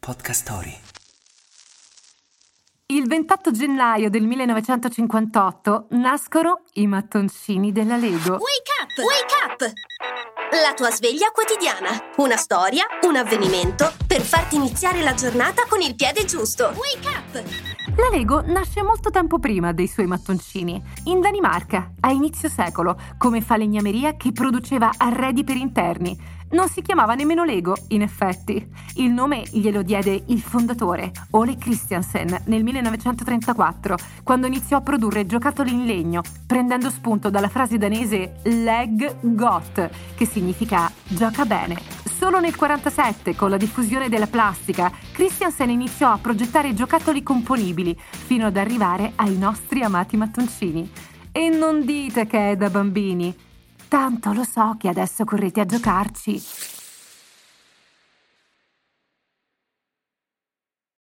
Podcast Story. Il 28 gennaio del 1958 nascono i mattoncini della Lego. Wake up! Wake up! La tua sveglia quotidiana. Una storia, un avvenimento per farti iniziare la giornata con il piede giusto. Wake up! La Lego nasce molto tempo prima dei suoi mattoncini, in Danimarca, a inizio secolo, come falegnameria che produceva arredi per interni. Non si chiamava nemmeno Lego, in effetti. Il nome glielo diede il fondatore, Ole Christiansen, nel 1934, quando iniziò a produrre giocattoli in legno, prendendo spunto dalla frase danese "leg godt", che significa gioca bene. Solo nel 1947, con la diffusione della plastica, Christiansen iniziò a progettare giocattoli componibili, fino ad arrivare ai nostri amati mattoncini. E non dite che è da bambini. Tanto lo so che adesso correte a giocarci.